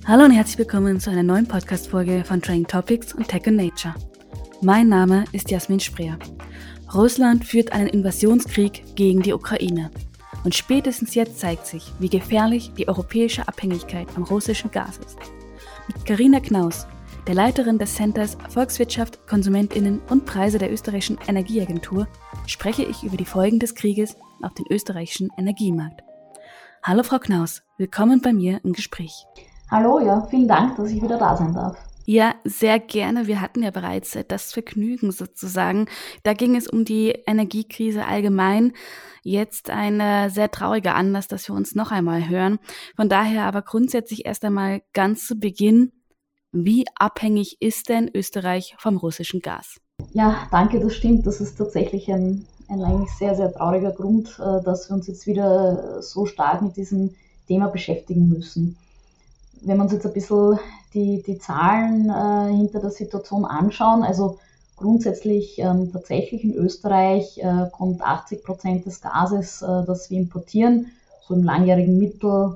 Hallo und herzlich willkommen zu einer neuen Podcast-Folge von Trending Topics und Tech and Nature. Mein Name ist Jasmin Spreer. Russland führt einen Invasionskrieg gegen die Ukraine. Und spätestens jetzt zeigt sich, wie gefährlich die europäische Abhängigkeit vom russischen Gas ist. Mit Carina Knaus, der Leiterin des Centers Volkswirtschaft, KonsumentInnen und Preise der österreichischen Energieagentur, spreche ich über die Folgen des Krieges auf den österreichischen Energiemarkt. Hallo Frau Knaus, willkommen bei mir im Gespräch. Hallo, ja, vielen Dank, dass ich wieder da sein darf. Ja, sehr gerne. Wir hatten ja bereits das Vergnügen sozusagen. Da ging es um die Energiekrise allgemein. Jetzt ein sehr trauriger Anlass, dass wir uns noch einmal hören. Von daher aber grundsätzlich erst einmal ganz zu Beginn, wie abhängig ist denn Österreich vom russischen Gas? Ja, danke, das stimmt. Das ist tatsächlich ein eigentlich sehr, sehr trauriger Grund, dass wir uns jetzt wieder so stark mit diesem Thema beschäftigen müssen. Wenn wir uns jetzt ein bisschen die Zahlen hinter der Situation anschauen, also grundsätzlich tatsächlich in Österreich kommt 80% des Gases, das wir importieren, so im langjährigen Mittel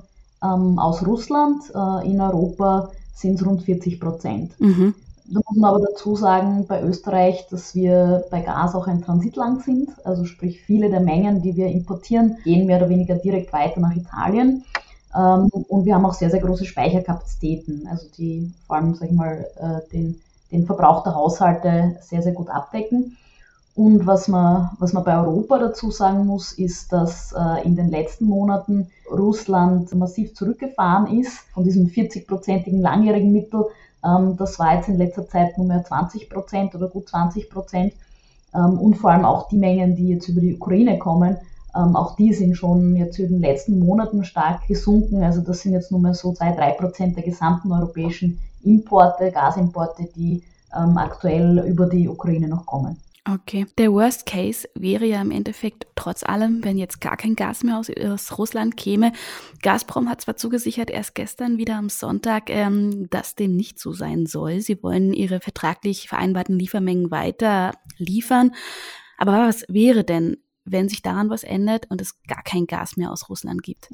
aus Russland. In Europa sind es rund 40%. Mhm. Da muss man aber dazu sagen, bei Österreich, dass wir bei Gas auch ein Transitland sind. Also sprich, viele der Mengen, die wir importieren, gehen mehr oder weniger direkt weiter nach Italien. Und wir haben auch sehr, sehr große Speicherkapazitäten, also die vor allem, sag ich mal, den Verbrauch der Haushalte sehr, sehr gut abdecken. Und was man bei Europa dazu sagen muss, ist, dass in den letzten Monaten Russland massiv zurückgefahren ist von diesem 40-prozentigen langjährigen Mittel. Das war jetzt in letzter Zeit nur mehr 20% oder gut 20%. Und vor allem auch die Mengen, die jetzt über die Ukraine kommen, auch die sind schon jetzt in den letzten Monaten stark gesunken. Also das sind jetzt nur mehr so 2-3% der gesamten europäischen Importe, Gasimporte, die aktuell über die Ukraine noch kommen. Okay. Der Worst Case wäre ja im Endeffekt trotz allem, wenn jetzt gar kein Gas mehr aus Russland käme. Gazprom hat zwar zugesichert, erst gestern wieder am Sonntag, dass dem nicht so sein soll. Sie wollen ihre vertraglich vereinbarten Liefermengen weiter liefern. Aber was wäre denn, wenn sich daran was ändert und es gar kein Gas mehr aus Russland gibt?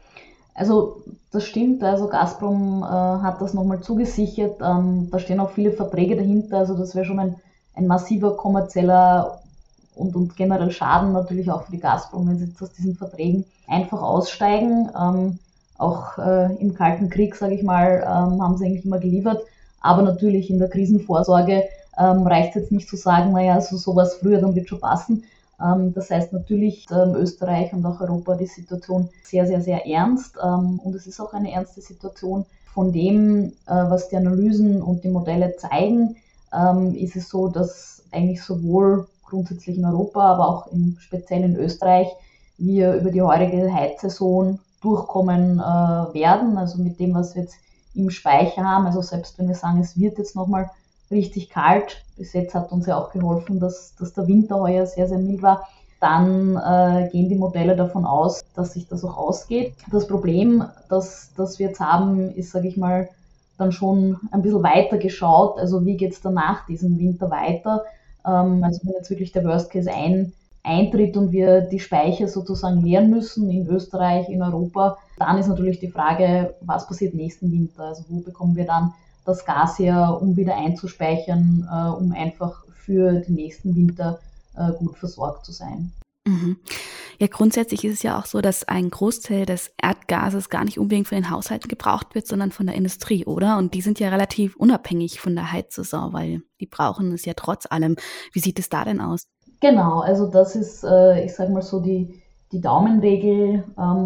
Also das stimmt, also Gazprom hat das nochmal zugesichert, da stehen auch viele Verträge dahinter, also das wäre schon ein massiver kommerzieller und generell Schaden natürlich auch für die Gazprom, wenn sie jetzt aus diesen Verträgen einfach aussteigen. Auch im Kalten Krieg, sage ich mal, haben sie eigentlich immer geliefert, aber natürlich in der Krisenvorsorge reicht es jetzt nicht zu sagen, naja, also sowas früher, dann wird schon passen. Das heißt natürlich Österreich und auch Europa die Situation sehr, sehr, sehr ernst. Und es ist auch eine ernste Situation. Von dem, was die Analysen und die Modelle zeigen, ist es so, dass eigentlich sowohl grundsätzlich in Europa, aber auch speziell in Österreich, wir über die heurige Heizsaison durchkommen werden. Also mit dem, was wir jetzt im Speicher haben. Also selbst wenn wir sagen, es wird jetzt nochmal richtig kalt. Bis jetzt hat uns ja auch geholfen, dass der Winter heuer sehr, sehr mild war. Dann gehen die Modelle davon aus, dass sich das auch ausgeht. Das Problem, das wir jetzt haben, ist, sage ich mal, dann schon ein bisschen weiter geschaut. Also wie geht es dann nach diesem Winter weiter? Also wenn jetzt wirklich der Worst Case eintritt und wir die Speicher sozusagen leeren müssen in Österreich, in Europa, dann ist natürlich die Frage, was passiert nächsten Winter? Also wo bekommen wir dann das Gas her, um wieder einzuspeichern, um einfach für den nächsten Winter gut versorgt zu sein. Mhm. Ja, grundsätzlich ist es ja auch so, dass ein Großteil des Erdgases gar nicht unbedingt von den Haushalten gebraucht wird, sondern von der Industrie, oder? Und die sind ja relativ unabhängig von der Heizsaison, weil die brauchen es ja trotz allem. Wie sieht es da denn aus? Genau, also das ist, ich sage mal so, die Daumenregel,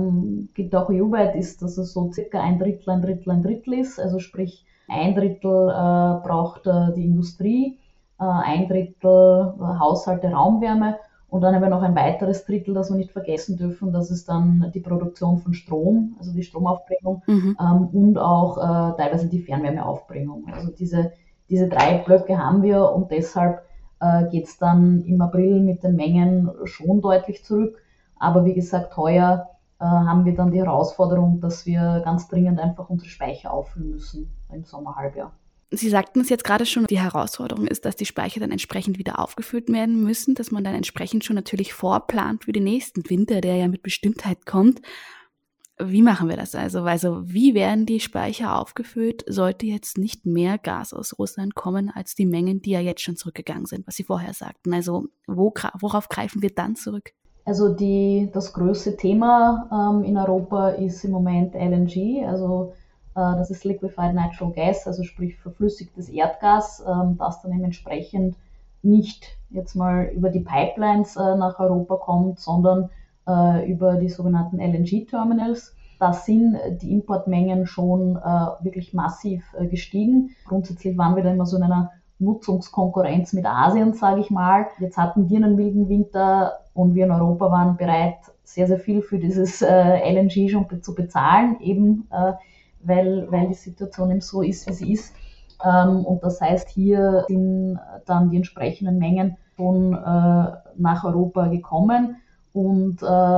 gibt auch EU-weit, ist, dass es so circa ein Drittel ist. Also sprich, ein Drittel braucht die Industrie, ein Drittel Haushalte, Raumwärme und dann haben wir noch ein weiteres Drittel, das wir nicht vergessen dürfen, das ist dann die Produktion von Strom, also die Stromaufbringung und auch teilweise die Fernwärmeaufbringung. Also diese 3 Blöcke haben wir und deshalb geht es dann im April mit den Mengen schon deutlich zurück. Aber wie gesagt, heuer haben wir dann die Herausforderung, dass wir ganz dringend einfach unsere Speicher auffüllen müssen im Sommerhalbjahr. Sie sagten es jetzt gerade schon, die Herausforderung ist, dass die Speicher dann entsprechend wieder aufgefüllt werden müssen, dass man dann entsprechend schon natürlich vorplant für den nächsten Winter, der ja mit Bestimmtheit kommt. Wie machen wir das also? Also wie werden die Speicher aufgefüllt, sollte jetzt nicht mehr Gas aus Russland kommen als die Mengen, die ja jetzt schon zurückgegangen sind, was Sie vorher sagten? Also worauf greifen wir dann zurück? Also das größte Thema in Europa ist im Moment LNG, also das ist Liquefied Natural Gas, also sprich verflüssigtes Erdgas, das dann eben entsprechend nicht jetzt mal über die Pipelines nach Europa kommt, sondern über die sogenannten LNG-Terminals. Da sind die Importmengen schon wirklich massiv gestiegen. Grundsätzlich waren wir da immer so in einer Nutzungskonkurrenz mit Asien, sage ich mal. Jetzt hatten wir einen milden Winter und wir in Europa waren bereit, sehr, sehr viel für dieses LNG schon zu bezahlen, eben weil die Situation eben so ist, wie sie ist. Und das heißt, hier sind dann die entsprechenden Mengen schon nach Europa gekommen. Und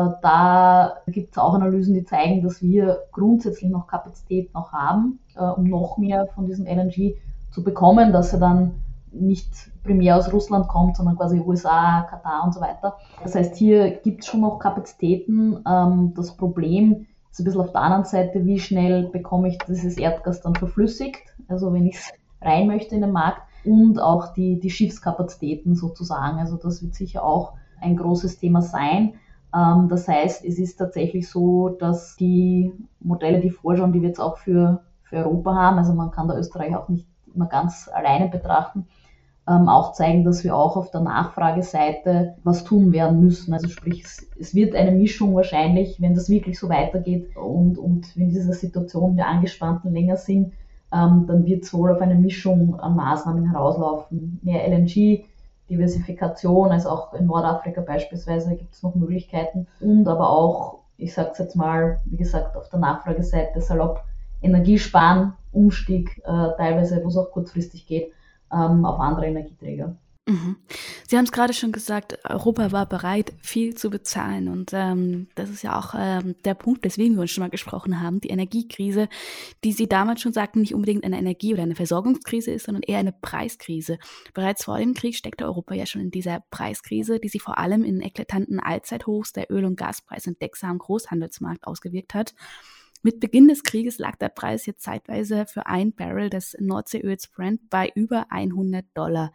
da gibt es auch Analysen, die zeigen, dass wir grundsätzlich noch Kapazität noch haben, um noch mehr von diesem LNG zu bekommen, dass er dann nicht primär aus Russland kommt, sondern quasi USA, Katar und so weiter. Das heißt, hier gibt es schon noch Kapazitäten. Das Problem ist ein bisschen auf der anderen Seite, wie schnell bekomme ich dieses Erdgas dann verflüssigt, also wenn ich es rein möchte in den Markt, und auch die Schiffskapazitäten sozusagen. Also das wird sicher auch ein großes Thema sein. Das heißt, es ist tatsächlich so, dass die Modelle, die vorschauen, die wir jetzt auch für Europa haben, also man kann da Österreich auch nicht immer ganz alleine betrachten, auch zeigen, dass wir auch auf der Nachfrageseite was tun werden müssen. Also sprich, es wird eine Mischung wahrscheinlich, wenn das wirklich so weitergeht und wenn diese Situationen der Angespannten länger sind, dann wird es wohl auf eine Mischung an Maßnahmen herauslaufen. Mehr LNG, Diversifikation, also auch in Nordafrika beispielsweise gibt es noch Möglichkeiten und aber auch, ich sage es jetzt mal, wie gesagt, auf der Nachfrageseite salopp Energiesparen, Umstieg, teilweise, wo es auch kurzfristig geht, auf andere Energieträger. Mhm. Sie haben es gerade schon gesagt, Europa war bereit, viel zu bezahlen. Und das ist ja auch der Punkt, weswegen wir uns schon mal gesprochen haben, die Energiekrise, die Sie damals schon sagten, nicht unbedingt eine Energie- oder eine Versorgungskrise ist, sondern eher eine Preiskrise. Bereits vor dem Krieg steckte Europa ja schon in dieser Preiskrise, die sich vor allem in eklatanten Allzeithochs der Öl- und Gaspreise und Wechsel am Großhandelsmarkt ausgewirkt hat. Mit Beginn des Krieges lag der Preis jetzt zeitweise für ein Barrel des Nordseeöls Brent bei über $100.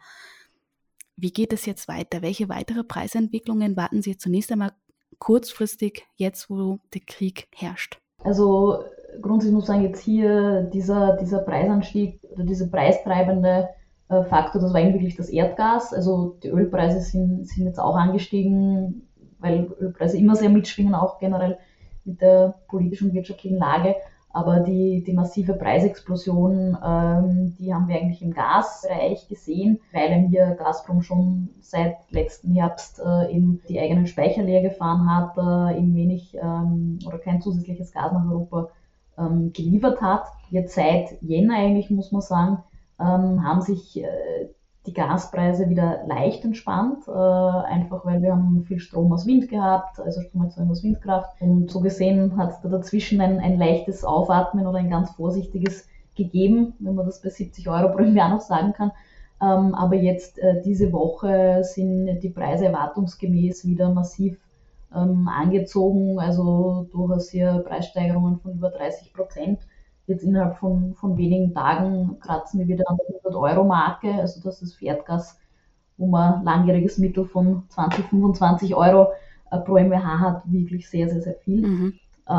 Wie geht es jetzt weiter? Welche weitere Preisentwicklungen warten Sie zunächst einmal kurzfristig, jetzt wo der Krieg herrscht? Also grundsätzlich muss ich sagen, jetzt hier dieser Preisanstieg oder dieser preistreibende Faktor, das war eben wirklich das Erdgas. Also die Ölpreise sind jetzt auch angestiegen, weil Ölpreise immer sehr mitschwingen, auch generell mit der politischen und wirtschaftlichen Lage. Aber die massive Preisexplosion, die haben wir eigentlich im Gasbereich gesehen, weil eben hier Gazprom schon seit letzten Herbst eben die eigenen Speicher leer gefahren hat, eben wenig oder kein zusätzliches Gas nach Europa geliefert hat. Jetzt seit Jänner eigentlich, muss man sagen, haben sich die Gaspreise wieder leicht entspannt, einfach weil wir haben viel Strom aus Wind gehabt, also Stromerzeugung aus Windkraft. Und so gesehen hat es da dazwischen ein leichtes Aufatmen oder ein ganz vorsichtiges gegeben, wenn man das bei 70 Euro pro Jahr noch sagen kann. Aber jetzt diese Woche sind die Preise erwartungsgemäß wieder massiv angezogen, also durchaus hier Preissteigerungen von über 30%. Jetzt innerhalb von wenigen Tagen kratzen wir wieder an der 100-Euro-Marke. Also das ist für Erdgas, wo man langjähriges Mittel von 20, 25 Euro pro MWh hat, wirklich sehr, sehr, sehr viel. Mhm.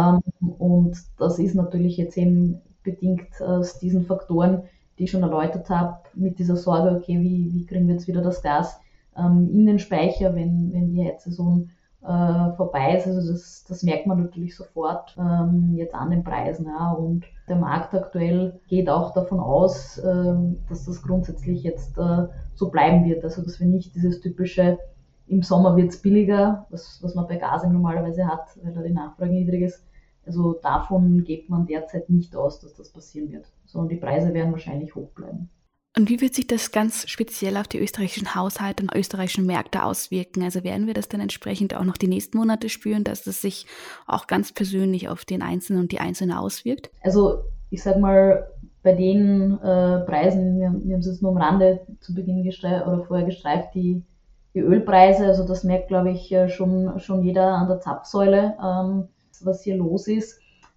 Und das ist natürlich jetzt eben bedingt aus diesen Faktoren, die ich schon erläutert habe, mit dieser Sorge, okay, wie kriegen wir jetzt wieder das Gas in den Speicher, wenn die Heizsaison vorbei ist. Also das merkt man natürlich sofort jetzt an den Preisen. Ja. Und der Markt aktuell geht auch davon aus, dass das grundsätzlich jetzt so bleiben wird. Also dass wir nicht dieses typische, im Sommer wird es billiger, was man bei Gas normalerweise hat, weil da die Nachfrage niedrig ist. Also davon geht man derzeit nicht aus, dass das passieren wird, sondern die Preise werden wahrscheinlich hoch bleiben. Und wie wird sich das ganz speziell auf die österreichischen Haushalte und österreichischen Märkte auswirken? Also werden wir das dann entsprechend auch noch die nächsten Monate spüren, dass es sich auch ganz persönlich auf den Einzelnen und die Einzelne auswirkt? Also ich sag mal, bei den Preisen, wir haben es jetzt nur am Rande zu Beginn oder vorher gestreift, die Ölpreise, also das merkt, glaube ich, schon jeder an der Zapfsäule, was hier los ist.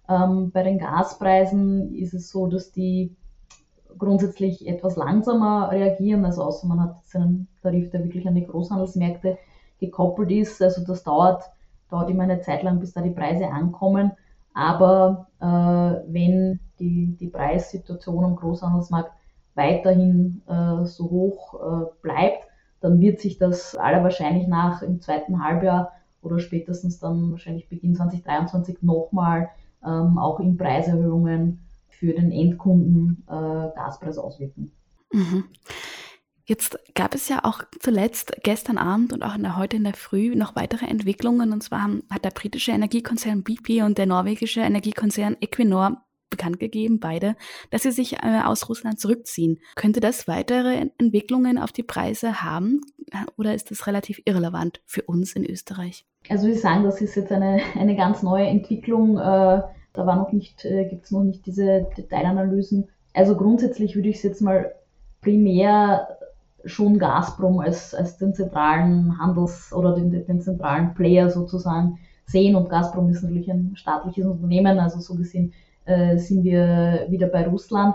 Bei den Gaspreisen ist es so, dass die grundsätzlich etwas langsamer reagieren, also außer man hat einen Tarif, der wirklich an die Großhandelsmärkte gekoppelt ist. Also das dauert immer eine Zeit lang, bis da die Preise ankommen. Aber wenn die Preissituation am Großhandelsmarkt weiterhin so hoch bleibt, dann wird sich das aller wahrscheinlich nach im zweiten Halbjahr oder spätestens dann wahrscheinlich Beginn 2023 nochmal auch in Preiserhöhungen für den Endkunden Gaspreis auswirken. Mhm. Jetzt gab es ja auch zuletzt gestern Abend und auch heute in der Früh noch weitere Entwicklungen. Und zwar hat der britische Energiekonzern BP und der norwegische Energiekonzern Equinor bekannt gegeben, beide, dass sie sich aus Russland zurückziehen. Könnte das weitere Entwicklungen auf die Preise haben oder ist das relativ irrelevant für uns in Österreich? Also wir sagen, das ist jetzt eine ganz neue Entwicklung. Da gibt es noch nicht diese Detailanalysen. Also grundsätzlich würde ich es jetzt mal primär schon Gazprom als den zentralen Handels- oder den zentralen Player sozusagen sehen. Und Gazprom ist natürlich ein staatliches Unternehmen, also so gesehen sind wir wieder bei Russland.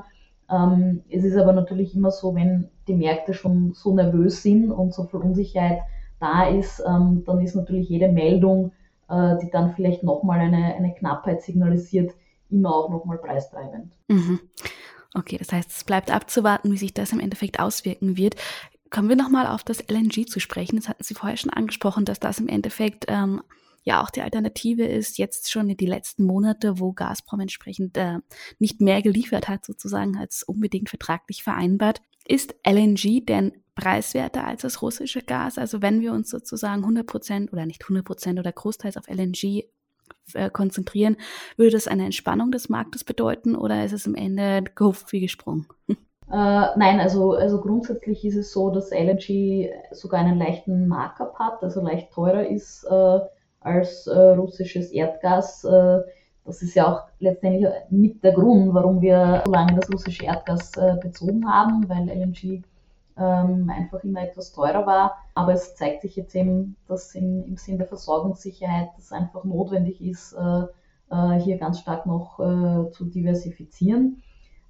Es ist aber natürlich immer so, wenn die Märkte schon so nervös sind und so viel Unsicherheit da ist, dann ist natürlich jede Meldung, die dann vielleicht nochmal eine Knappheit signalisiert, immer auch nochmal preistreibend. Mhm. Okay, das heißt, es bleibt abzuwarten, wie sich das im Endeffekt auswirken wird. Kommen wir nochmal auf das LNG zu sprechen. Das hatten Sie vorher schon angesprochen, dass das im Endeffekt ja auch die Alternative ist, jetzt schon in die letzten Monate, wo Gazprom entsprechend nicht mehr geliefert hat, sozusagen als unbedingt vertraglich vereinbart. Ist LNG denn preiswerter als das russische Gas? Also wenn wir uns sozusagen 100% oder nicht 100% oder großteils auf LNG konzentrieren, würde das eine Entspannung des Marktes bedeuten oder ist es am Ende gehupft wie gesprungen? Nein, also grundsätzlich ist es so, dass LNG sogar einen leichten Markup hat, also leicht teurer ist als russisches Erdgas. Das ist ja auch letztendlich mit der Grund, warum wir so lange das russische Erdgas bezogen haben, weil LNG einfach immer etwas teurer war. Aber es zeigt sich jetzt eben, dass im Sinn der Versorgungssicherheit es einfach notwendig ist, hier ganz stark noch zu diversifizieren.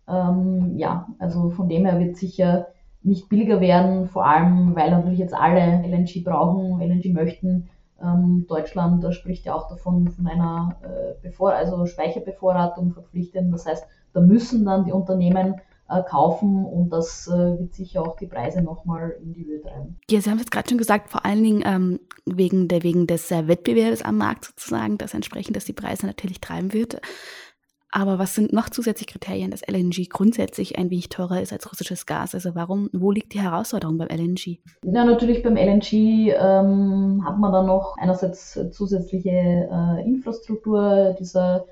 Ja, also von dem her wird sicher nicht billiger werden, vor allem weil natürlich jetzt alle LNG brauchen, LNG möchten. Deutschland spricht ja auch davon, von einer Speicherbevorratung verpflichten. Das heißt, da müssen dann die Unternehmen kaufen und das wird sicher auch die Preise nochmal in die Höhe treiben. Ja, Sie haben es jetzt gerade schon gesagt, vor allen Dingen wegen des Wettbewerbs am Markt sozusagen, das entsprechend, dass die Preise natürlich treiben wird. Aber was sind noch zusätzliche Kriterien, dass LNG grundsätzlich ein wenig teurer ist als russisches Gas? Also wo liegt die Herausforderung beim LNG? Ja, natürlich beim LNG hat man dann noch einerseits zusätzliche Infrastruktur dieser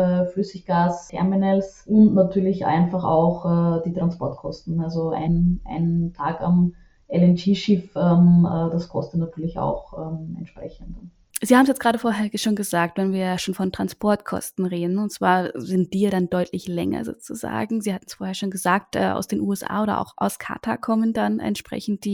Flüssiggas-Terminals und natürlich einfach auch die Transportkosten. Also ein Tag am LNG-Schiff, das kostet natürlich auch entsprechend. Sie haben es jetzt gerade vorher schon gesagt, wenn wir schon von Transportkosten reden, und zwar sind die ja dann deutlich länger sozusagen. Sie hatten es vorher schon gesagt, aus den USA oder auch aus Katar kommen dann entsprechend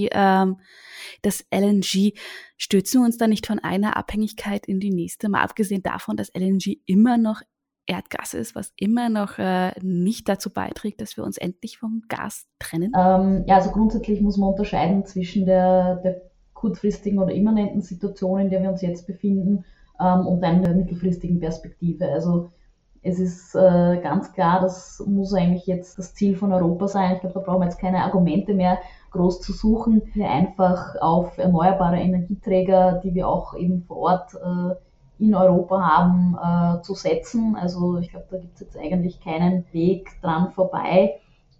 das LNG. Stürzen wir uns da nicht von einer Abhängigkeit in die nächste, mal abgesehen davon, dass LNG immer noch Erdgas ist, was immer noch nicht dazu beiträgt, dass wir uns endlich vom Gas trennen? Ja, also grundsätzlich muss man unterscheiden zwischen der kurzfristigen oder immanenten Situation, in der wir uns jetzt befinden, und einer mittelfristigen Perspektive. Also es ist ganz klar, das muss eigentlich jetzt das Ziel von Europa sein. Ich glaube, da brauchen wir jetzt keine Argumente mehr groß zu suchen, hier einfach auf erneuerbare Energieträger, die wir auch eben vor Ort in Europa haben, zu setzen. Also ich glaube, da gibt es jetzt eigentlich keinen Weg dran vorbei.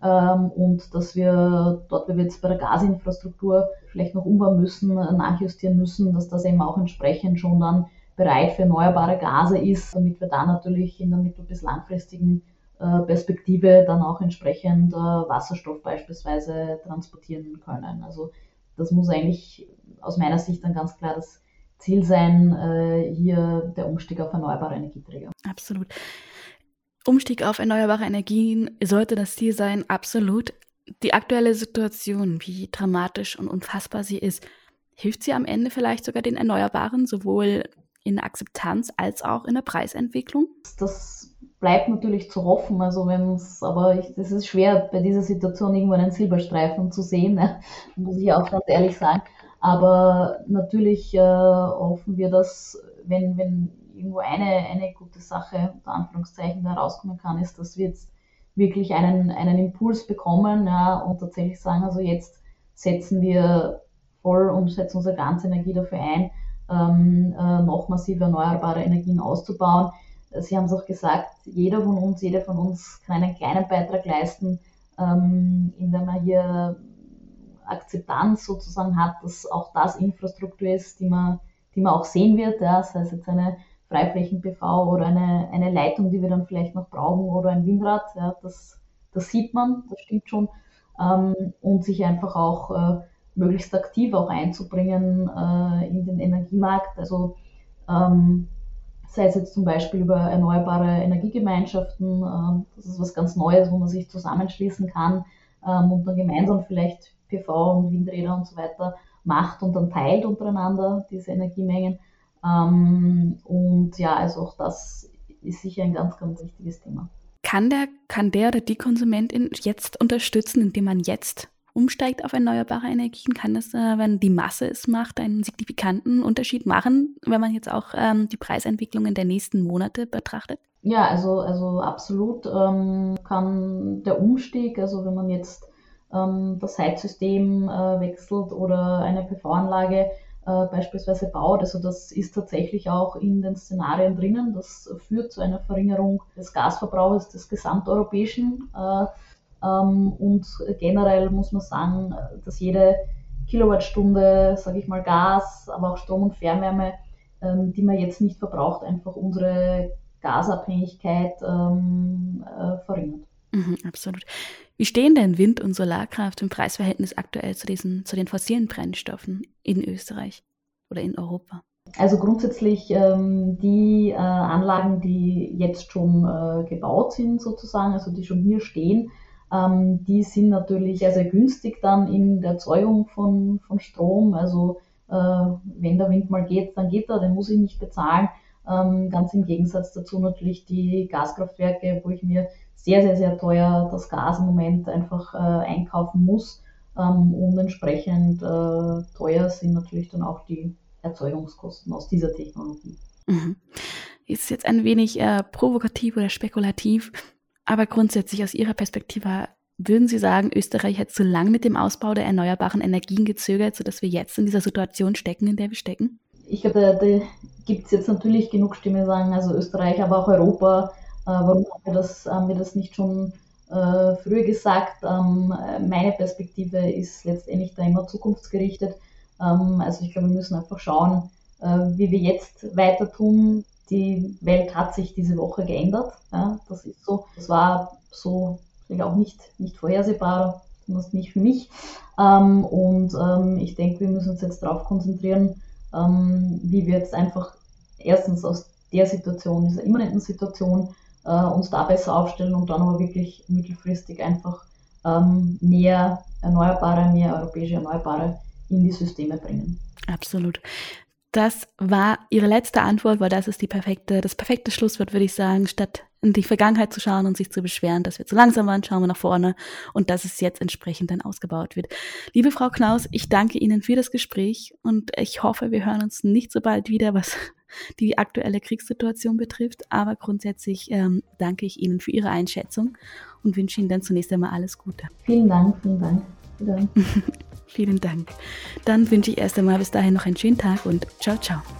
Und dass wir dort, wie wir jetzt bei der Gasinfrastruktur vielleicht noch umbauen müssen, nachjustieren müssen, dass das eben auch entsprechend schon dann bereit für erneuerbare Gase ist, damit wir da natürlich in der mittel- bis langfristigen Perspektive dann auch entsprechend Wasserstoff beispielsweise transportieren können. Also das muss eigentlich aus meiner Sicht dann ganz klar das Ziel sein, hier der Umstieg auf erneuerbare Energieträger. Absolut. Umstieg auf erneuerbare Energien sollte das Ziel sein, absolut. Die aktuelle Situation, wie dramatisch und unfassbar sie ist, hilft sie am Ende vielleicht sogar den Erneuerbaren, sowohl in der Akzeptanz als auch in der Preisentwicklung? Das bleibt natürlich zu hoffen, also das ist schwer bei dieser Situation irgendwo einen Silberstreifen zu sehen, ne? Muss ich auch ganz ehrlich sagen. Aber natürlich hoffen wir, dass wenn irgendwo eine gute Sache unter Anführungszeichen da rauskommen kann, ist, dass wir jetzt wirklich einen Impuls bekommen, ja, und tatsächlich sagen, also jetzt setzen wir voll und setzen unsere ganze Energie dafür ein, noch massiv erneuerbare Energien auszubauen. Sie haben es auch gesagt, jede von uns kann einen kleinen Beitrag leisten, indem man hier Akzeptanz sozusagen hat, dass auch das Infrastruktur ist, die man auch sehen wird, ja, sei es jetzt eine Freiflächen-PV oder eine Leitung, die wir dann vielleicht noch brauchen oder ein Windrad, ja, das sieht man, das stimmt schon, und sich einfach auch möglichst aktiv auch einzubringen in den Energiemarkt, also sei es jetzt zum Beispiel über erneuerbare Energiegemeinschaften, das ist was ganz Neues, wo man sich zusammenschließen kann und dann gemeinsam vielleicht PV und Windräder und so weiter macht und dann teilt untereinander diese Energiemengen. Und ja, also auch das ist sicher ein ganz, ganz wichtiges Thema. Kann der oder die Konsumentin jetzt unterstützen, indem man jetzt umsteigt auf erneuerbare Energien? Kann das, wenn die Masse es macht, einen signifikanten Unterschied machen, wenn man jetzt auch die Preisentwicklungen der nächsten Monate betrachtet? Ja, also absolut kann der Umstieg, also wenn man jetzt das Heizsystem wechselt oder eine PV-Anlage beispielsweise baut, also das ist tatsächlich auch in den Szenarien drinnen, das führt zu einer Verringerung des Gasverbrauchs des gesamteuropäischen und generell muss man sagen, dass jede Kilowattstunde, sage ich mal, Gas, aber auch Strom und Fernwärme, die man jetzt nicht verbraucht, einfach unsere Gasabhängigkeit verringert. Absolut. Wie stehen denn Wind- und Solarkraft im Preisverhältnis aktuell zu den fossilen Brennstoffen in Österreich oder in Europa? Also grundsätzlich die Anlagen, die jetzt schon gebaut sind sozusagen, also die schon hier stehen, die sind natürlich sehr, sehr günstig dann in der Erzeugung von Strom. Also wenn der Wind mal geht, dann geht er, den muss ich nicht bezahlen. Ganz im Gegensatz dazu natürlich die Gaskraftwerke, wo ich mir sehr, sehr, sehr teuer das Gas im Moment einfach einkaufen muss. Und entsprechend teuer sind natürlich dann auch die Erzeugungskosten aus dieser Technologie. Ist jetzt ein wenig provokativ oder spekulativ, aber grundsätzlich aus Ihrer Perspektive, würden Sie sagen, Österreich hat zu lang mit dem Ausbau der erneuerbaren Energien gezögert, sodass wir jetzt in dieser Situation stecken, in der wir stecken? Ich glaube, da gibt es jetzt natürlich genug Stimmen, die sagen, also Österreich, aber auch Europa, warum haben wir das nicht schon früher gesagt? Meine Perspektive ist letztendlich da immer zukunftsgerichtet. Also ich glaube, wir müssen einfach schauen, wie wir jetzt weiter tun. Die Welt hat sich diese Woche geändert. Ja, das ist so. Das war so auch nicht vorhersehbar, zumindest nicht für mich. Ich denke, wir müssen uns jetzt darauf konzentrieren, wie wir jetzt einfach erstens aus der Situation, dieser immanenten Situation, uns da besser aufstellen und dann aber wirklich mittelfristig einfach mehr europäische Erneuerbare in die Systeme bringen. Absolut. Das war Ihre letzte Antwort, weil das ist das perfekte Schlusswort, würde ich sagen. Statt in die Vergangenheit zu schauen und sich zu beschweren, dass wir zu langsam waren, schauen wir nach vorne und dass es jetzt entsprechend dann ausgebaut wird. Liebe Frau Knaus, ich danke Ihnen für das Gespräch und ich hoffe, wir hören uns nicht so bald wieder, was die aktuelle Kriegssituation betrifft. Aber grundsätzlich danke ich Ihnen für Ihre Einschätzung und wünsche Ihnen dann zunächst einmal alles Gute. Vielen Dank. Vielen Dank. Dann wünsche ich erst einmal bis dahin noch einen schönen Tag und ciao, ciao.